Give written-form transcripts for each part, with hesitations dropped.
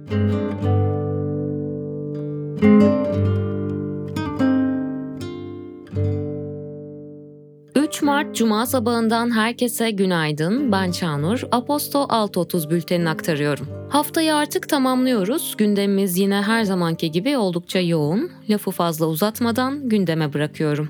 3 Mart Cuma sabahından herkese günaydın. Ben Çağnur. Aposto 6.30 bültenini aktarıyorum. Haftayı artık tamamlıyoruz. Gündemimiz yine her zamanki gibi oldukça yoğun. Lafı fazla uzatmadan gündeme bırakıyorum.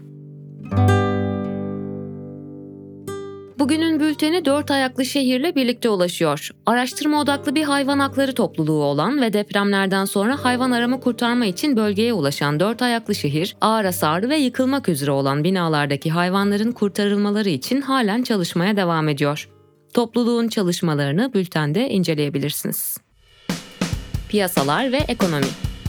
Bugünün bülteni 4 ayaklı şehirle birlikte ulaşıyor. Araştırma odaklı bir hayvan hakları topluluğu olan ve depremlerden sonra hayvan arama kurtarma için bölgeye ulaşan 4 ayaklı şehir, ağır hasarlı ve yıkılmak üzere olan binalardaki hayvanların kurtarılmaları için halen çalışmaya devam ediyor. Topluluğun çalışmalarını bültende inceleyebilirsiniz. Piyasalar ve ekonomi.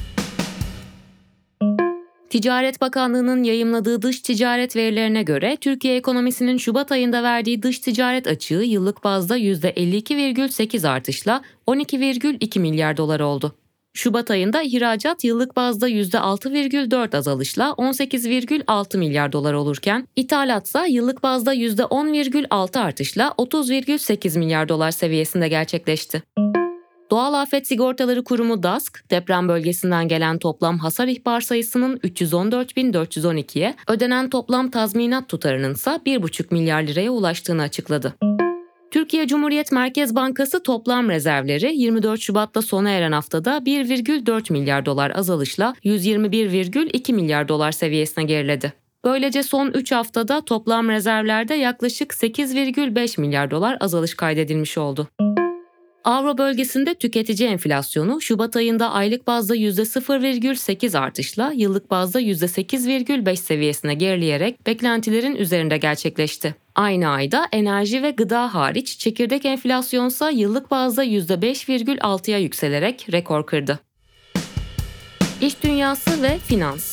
Ticaret Bakanlığı'nın yayımladığı dış ticaret verilerine göre Türkiye ekonomisinin Şubat ayında verdiği dış ticaret açığı yıllık bazda %52,8 artışla 12,2 milyar dolar oldu. Şubat ayında ihracat yıllık bazda %6,4 azalışla 18,6 milyar dolar olurken, ithalatsa yıllık bazda %10,6 artışla 30,8 milyar dolar seviyesinde gerçekleşti. Doğal Afet Sigortaları Kurumu DASK, deprem bölgesinden gelen toplam hasar ihbar sayısının 314.412'ye, ödenen toplam tazminat tutarının ise 1,5 milyar liraya ulaştığını açıkladı. Türkiye Cumhuriyet Merkez Bankası toplam rezervleri 24 Şubat'ta sona eren haftada 1,4 milyar dolar azalışla 121,2 milyar dolar seviyesine geriledi. Böylece son 3 haftada toplam rezervlerde yaklaşık 8,5 milyar dolar azalış kaydedilmiş oldu. Avro bölgesinde tüketici enflasyonu Şubat ayında aylık bazda %0,8 artışla yıllık bazda %8,5 seviyesine gerileyerek beklentilerin üzerinde gerçekleşti. Aynı ayda enerji ve gıda hariç çekirdek enflasyonsa yıllık bazda %5,6'ya yükselerek rekor kırdı. İş dünyası ve finans.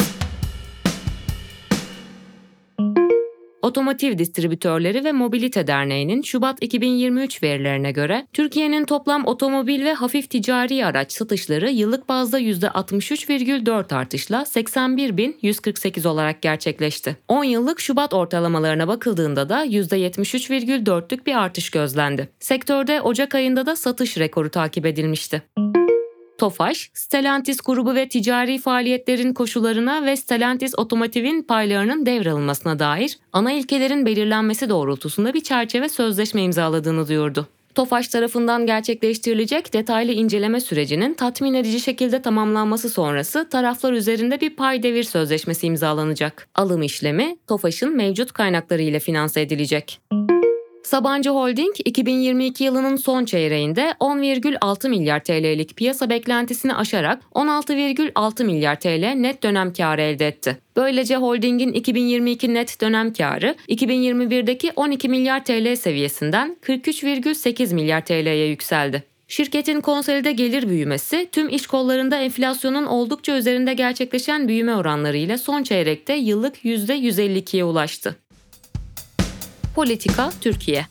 Otomotiv Distribütörleri ve Mobilite Derneği'nin Şubat 2023 verilerine göre Türkiye'nin toplam otomobil ve hafif ticari araç satışları yıllık bazda %63,4 artışla 81.148 olarak gerçekleşti. 10 yıllık Şubat ortalamalarına bakıldığında da %73,4'lük bir artış gözlendi. Sektörde Ocak ayında da satış rekoru takip edilmişti. Tofaş, Stellantis grubu ve ticari faaliyetlerin koşullarına ve Stellantis Otomotiv'in paylarının devralınmasına dair ana ilkelerin belirlenmesi doğrultusunda bir çerçeve sözleşme imzaladığını duyurdu. Tofaş tarafından gerçekleştirilecek detaylı inceleme sürecinin tatmin edici şekilde tamamlanması sonrası taraflar üzerinde bir pay devir sözleşmesi imzalanacak. Alım işlemi Tofaş'ın mevcut kaynakları ile finanse edilecek. Sabancı Holding, 2022 yılının son çeyreğinde 10,6 milyar TL'lik piyasa beklentisini aşarak 16,6 milyar TL net dönem kârı elde etti. Böylece holdingin 2022 net dönem kârı 2021'deki 12 milyar TL seviyesinden 43,8 milyar TL'ye yükseldi. Şirketin konsolide gelir büyümesi tüm iş kollarında enflasyonun oldukça üzerinde gerçekleşen büyüme oranlarıyla son çeyrekte yıllık %152'ye ulaştı. Politika Türkiye.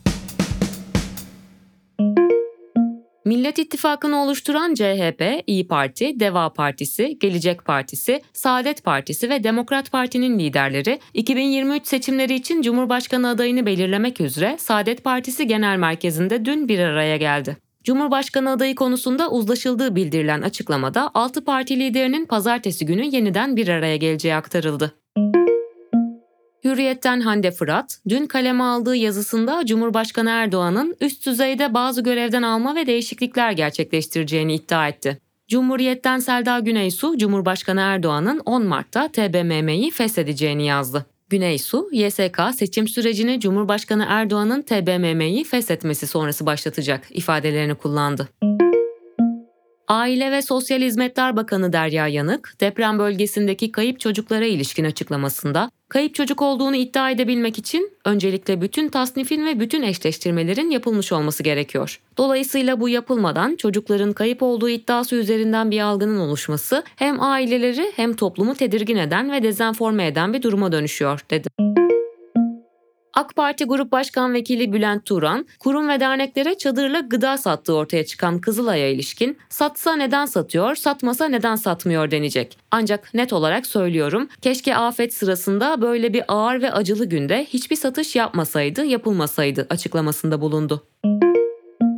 Millet İttifakı'nı oluşturan CHP, İYİ Parti, Deva Partisi, Gelecek Partisi, Saadet Partisi ve Demokrat Parti'nin liderleri 2023 seçimleri için Cumhurbaşkanı adayını belirlemek üzere Saadet Partisi Genel Merkezi'nde dün bir araya geldi. Cumhurbaşkanı adayı konusunda uzlaşıldığı bildirilen açıklamada 6 parti liderinin pazartesi günü yeniden bir araya geleceği aktarıldı. Hürriyet'ten Hande Fırat, dün kaleme aldığı yazısında Cumhurbaşkanı Erdoğan'ın üst düzeyde bazı görevden alma ve değişiklikler gerçekleştireceğini iddia etti. Cumhuriyet'ten Selda Güneysu, Cumhurbaşkanı Erdoğan'ın 10 Mart'ta TBMM'yi feshedeceğini yazdı. Güneysu, YSK seçim sürecini Cumhurbaşkanı Erdoğan'ın TBMM'yi feshetmesi sonrası başlatacak ifadelerini kullandı. Aile ve Sosyal Hizmetler Bakanı Derya Yanık, deprem bölgesindeki kayıp çocuklara ilişkin açıklamasında, kayıp çocuk olduğunu iddia edebilmek için öncelikle bütün tasnifin ve bütün eşleştirmelerin yapılmış olması gerekiyor. Dolayısıyla bu yapılmadan çocukların kayıp olduğu iddiası üzerinden bir algının oluşması hem aileleri hem toplumu tedirgin eden ve dezenforme eden bir duruma dönüşüyor, dedi. AK Parti Grup Başkan Vekili Bülent Turan, kurum ve derneklere çadırla gıda sattığı ortaya çıkan Kızılay'a ilişkin satsa neden satıyor, satmasa neden satmıyor denecek. Ancak net olarak söylüyorum, keşke afet sırasında böyle bir ağır ve acılı günde hiçbir satış yapmasaydı, yapılmasaydı açıklamasında bulundu.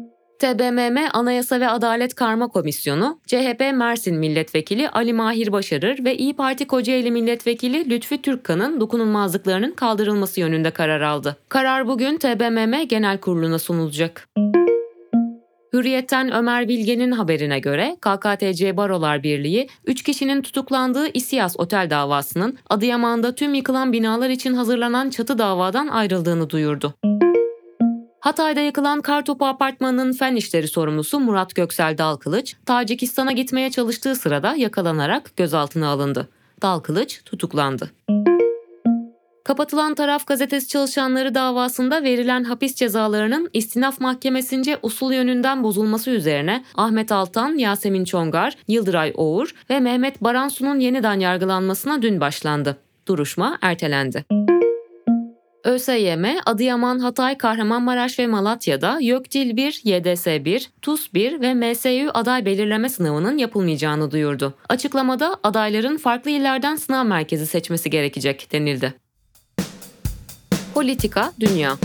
TBMM Anayasa ve Adalet Karma Komisyonu, CHP Mersin Milletvekili Ali Mahir Başarır ve İYİ Parti Kocaeli Milletvekili Lütfü Türkkan'ın dokunulmazlıklarının kaldırılması yönünde karar aldı. Karar bugün TBMM Genel Kurulu'na sunulacak. Hürriyet'ten Ömer Bilge'nin haberine göre KKTC Barolar Birliği, 3 kişinin tutuklandığı İSİAS Otel davasının Adıyaman'da tüm yıkılan binalar için hazırlanan çatı davadan ayrıldığını duyurdu. Hatay'da yıkılan Kartopu Apartmanı'nın fen işleri sorumlusu Murat Göksel Dalkılıç, Tacikistan'a gitmeye çalıştığı sırada yakalanarak gözaltına alındı. Dalkılıç tutuklandı. Kapatılan Taraf Gazetesi çalışanları davasında verilen hapis cezalarının istinaf mahkemesince usul yönünden bozulması üzerine Ahmet Altan, Yasemin Çongar, Yıldıray Oğur ve Mehmet Baransu'nun yeniden yargılanmasına dün başlandı. Duruşma ertelendi. ÖSYM, Adıyaman, Hatay, Kahramanmaraş ve Malatya'da YÖKDİL 1, YDS 1, TUS 1 ve MSÜ aday belirleme sınavının yapılmayacağını duyurdu. Açıklamada adayların farklı illerden sınav merkezi seçmesi gerekecek denildi. Politika, Dünya.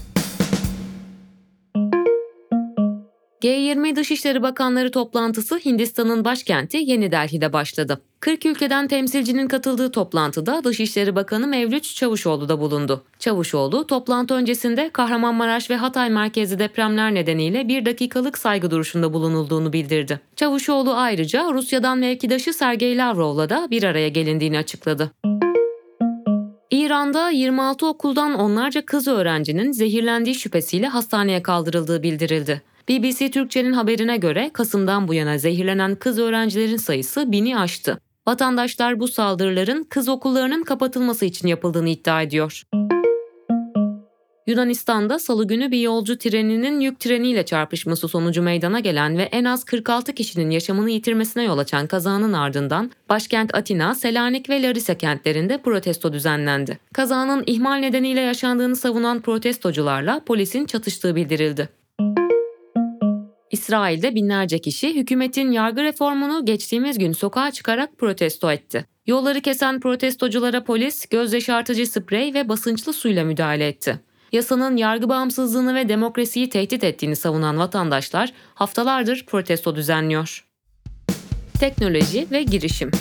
G20 Dışişleri Bakanları toplantısı Hindistan'ın başkenti Yeni Delhi'de başladı. 40 ülkeden temsilcinin katıldığı toplantıda Dışişleri Bakanı Mevlüt Çavuşoğlu da bulundu. Çavuşoğlu, toplantı öncesinde Kahramanmaraş ve Hatay merkezli depremler nedeniyle 1 dakikalık saygı duruşunda bulunulduğunu bildirdi. Çavuşoğlu ayrıca Rusya'dan mevkidaşı Sergey Lavrov'la da bir araya gelindiğini açıkladı. İran'da 26 okuldan onlarca kız öğrencinin zehirlendiği şüphesiyle hastaneye kaldırıldığı bildirildi. BBC Türkçe'nin haberine göre Kasım'dan bu yana zehirlenen kız öğrencilerin sayısı 1000'i aştı. Vatandaşlar bu saldırıların kız okullarının kapatılması için yapıldığını iddia ediyor. Yunanistan'da Salı günü bir yolcu treninin yük treniyle çarpışması sonucu meydana gelen ve en az 46 kişinin yaşamını yitirmesine yol açan kazanın ardından başkent Atina, Selanik ve Larisa kentlerinde protesto düzenlendi. Kazanın ihmal nedeniyle yaşandığını savunan protestocularla polisin çatıştığı bildirildi. İsrail'de binlerce kişi hükümetin yargı reformunu geçtiğimiz gün sokağa çıkarak protesto etti. Yolları kesen protestoculara polis, göz yaşartıcı sprey ve basınçlı suyla müdahale etti. Yasanın yargı bağımsızlığını ve demokrasiyi tehdit ettiğini savunan vatandaşlar haftalardır protesto düzenliyor. Teknoloji ve girişim.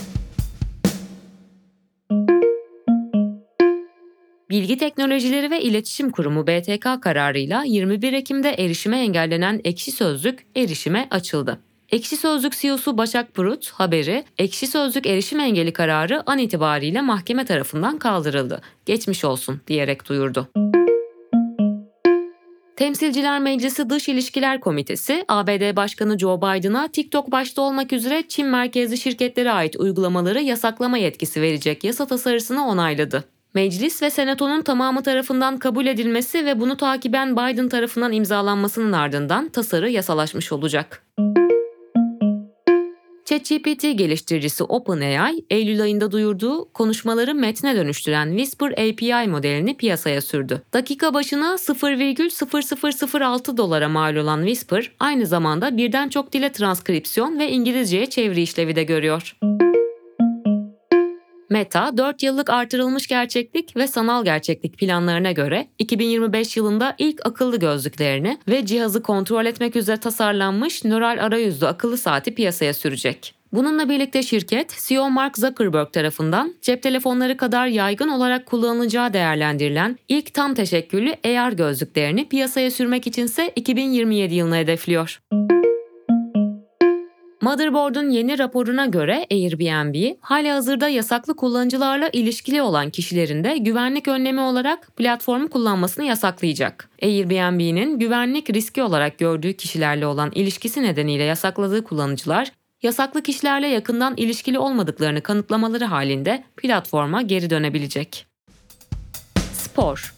Bilgi Teknolojileri ve İletişim Kurumu BTK kararıyla 21 Ekim'de erişime engellenen Ekşi Sözlük erişime açıldı. Ekşi Sözlük CEO'su Başak Pırut haberi, Ekşi Sözlük erişim engeli kararı an itibariyle mahkeme tarafından kaldırıldı. Geçmiş olsun diyerek duyurdu. Temsilciler Meclisi Dış İlişkiler Komitesi, ABD Başkanı Joe Biden'a TikTok başta olmak üzere Çin merkezli şirketlere ait uygulamaları yasaklama yetkisi verecek yasa tasarısını onayladı. Meclis ve Senato'nun tamamı tarafından kabul edilmesi ve bunu takiben Biden tarafından imzalanmasının ardından tasarı yasalaşmış olacak. ChatGPT geliştiricisi OpenAI, Eylül ayında duyurduğu konuşmaları metne dönüştüren Whisper API modelini piyasaya sürdü. Dakika başına $0,0006 mal olan Whisper, aynı zamanda birden çok dile transkripsiyon ve İngilizceye çeviri işlevi de görüyor. Meta, 4 yıllık artırılmış gerçeklik ve sanal gerçeklik planlarına göre 2025 yılında ilk akıllı gözlüklerini ve cihazı kontrol etmek üzere tasarlanmış nöral arayüzlü akıllı saati piyasaya sürecek. Bununla birlikte şirket, CEO Mark Zuckerberg tarafından cep telefonları kadar yaygın olarak kullanılacağı değerlendirilen ilk tam teşekküllü AR gözlüklerini piyasaya sürmek içinse 2027 yılını hedefliyor. Motherboard'un yeni raporuna göre Airbnb, halihazırda yasaklı kullanıcılarla ilişkili olan kişilerin de güvenlik önlemi olarak platformu kullanmasını yasaklayacak. Airbnb'nin güvenlik riski olarak gördüğü kişilerle olan ilişkisi nedeniyle yasakladığı kullanıcılar, yasaklı kişilerle yakından ilişkili olmadıklarını kanıtlamaları halinde platforma geri dönebilecek. Spor.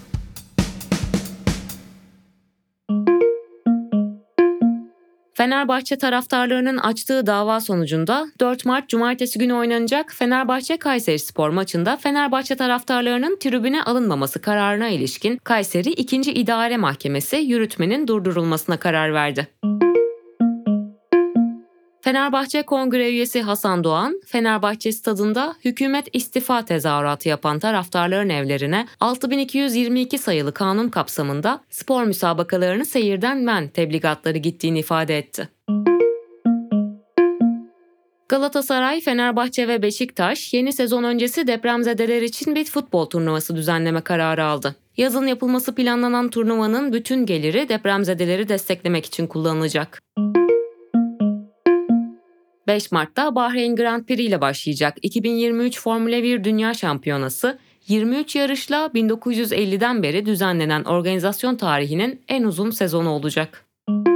Fenerbahçe taraftarlarının açtığı dava sonucunda 4 Mart Cumartesi günü oynanacak Fenerbahçe-Kayserispor maçında Fenerbahçe taraftarlarının tribüne alınmaması kararına ilişkin Kayseri 2. İdare Mahkemesi yürütmenin durdurulmasına karar verdi. Fenerbahçe Kongre üyesi Hasan Doğan, Fenerbahçe stadında hükümet istifa tezahüratı yapan taraftarların evlerine 6222 sayılı kanun kapsamında spor müsabakalarını seyirden men tebligatları gittiğini ifade etti. Galatasaray, Fenerbahçe ve Beşiktaş yeni sezon öncesi depremzedeler için bir futbol turnuvası düzenleme kararı aldı. Yazın yapılması planlanan turnuvanın bütün geliri depremzedeleri desteklemek için kullanılacak. 5 Mart'ta Bahreyn Grand Prix ile başlayacak 2023 Formula 1 Dünya Şampiyonası, 23 yarışla 1950'den beri düzenlenen organizasyon tarihinin en uzun sezonu olacak.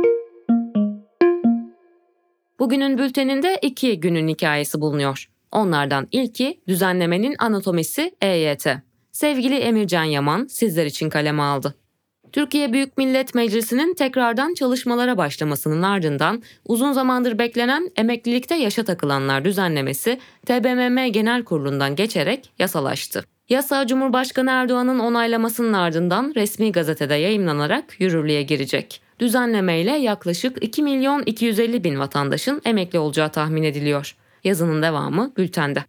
Bugünün bülteninde 2 günün hikayesi bulunuyor. Onlardan ilki düzenlemenin anatomisi EYT. Sevgili Emircan Yaman sizler için kaleme aldı. Türkiye Büyük Millet Meclisi'nin tekrardan çalışmalara başlamasının ardından uzun zamandır beklenen emeklilikte yaşa takılanlar düzenlemesi TBMM Genel Kurulu'ndan geçerek yasalaştı. Yasa Cumhurbaşkanı Erdoğan'ın onaylamasının ardından resmi gazetede yayımlanarak yürürlüğe girecek. Düzenlemeyle yaklaşık 2.250.000 vatandaşın emekli olacağı tahmin ediliyor. Yazının devamı bültende.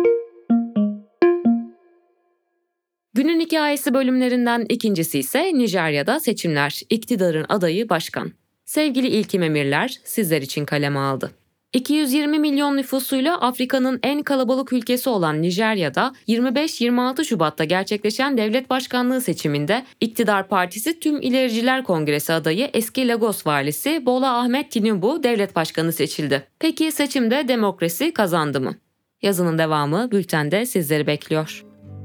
Günün hikayesi bölümlerinden ikincisi ise Nijerya'da seçimler, iktidarın adayı başkan. Sevgili İlkim Emirler sizler için kaleme aldı. 220 milyon nüfusuyla Afrika'nın en kalabalık ülkesi olan Nijerya'da 25-26 Şubat'ta gerçekleşen devlet başkanlığı seçiminde İktidar Partisi Tüm İlericiler Kongresi adayı eski Lagos valisi Bola Ahmed Tinubu devlet başkanı seçildi. Peki seçimde demokrasi kazandı mı? Yazının devamı bültende sizleri bekliyor.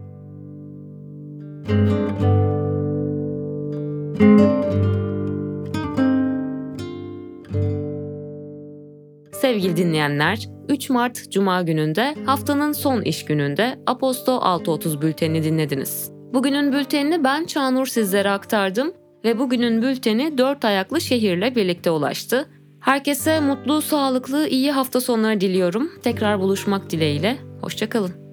Sevgili dinleyenler, 3 Mart Cuma gününde haftanın son iş gününde Aposto 6.30 bültenini dinlediniz. Bugünün bültenini ben Çağnur sizlere aktardım ve bugünün bülteni 4 ayaklı şehirle birlikte ulaştı. Herkese mutlu, sağlıklı, iyi hafta sonları diliyorum. Tekrar buluşmak dileğiyle. Hoşça kalın.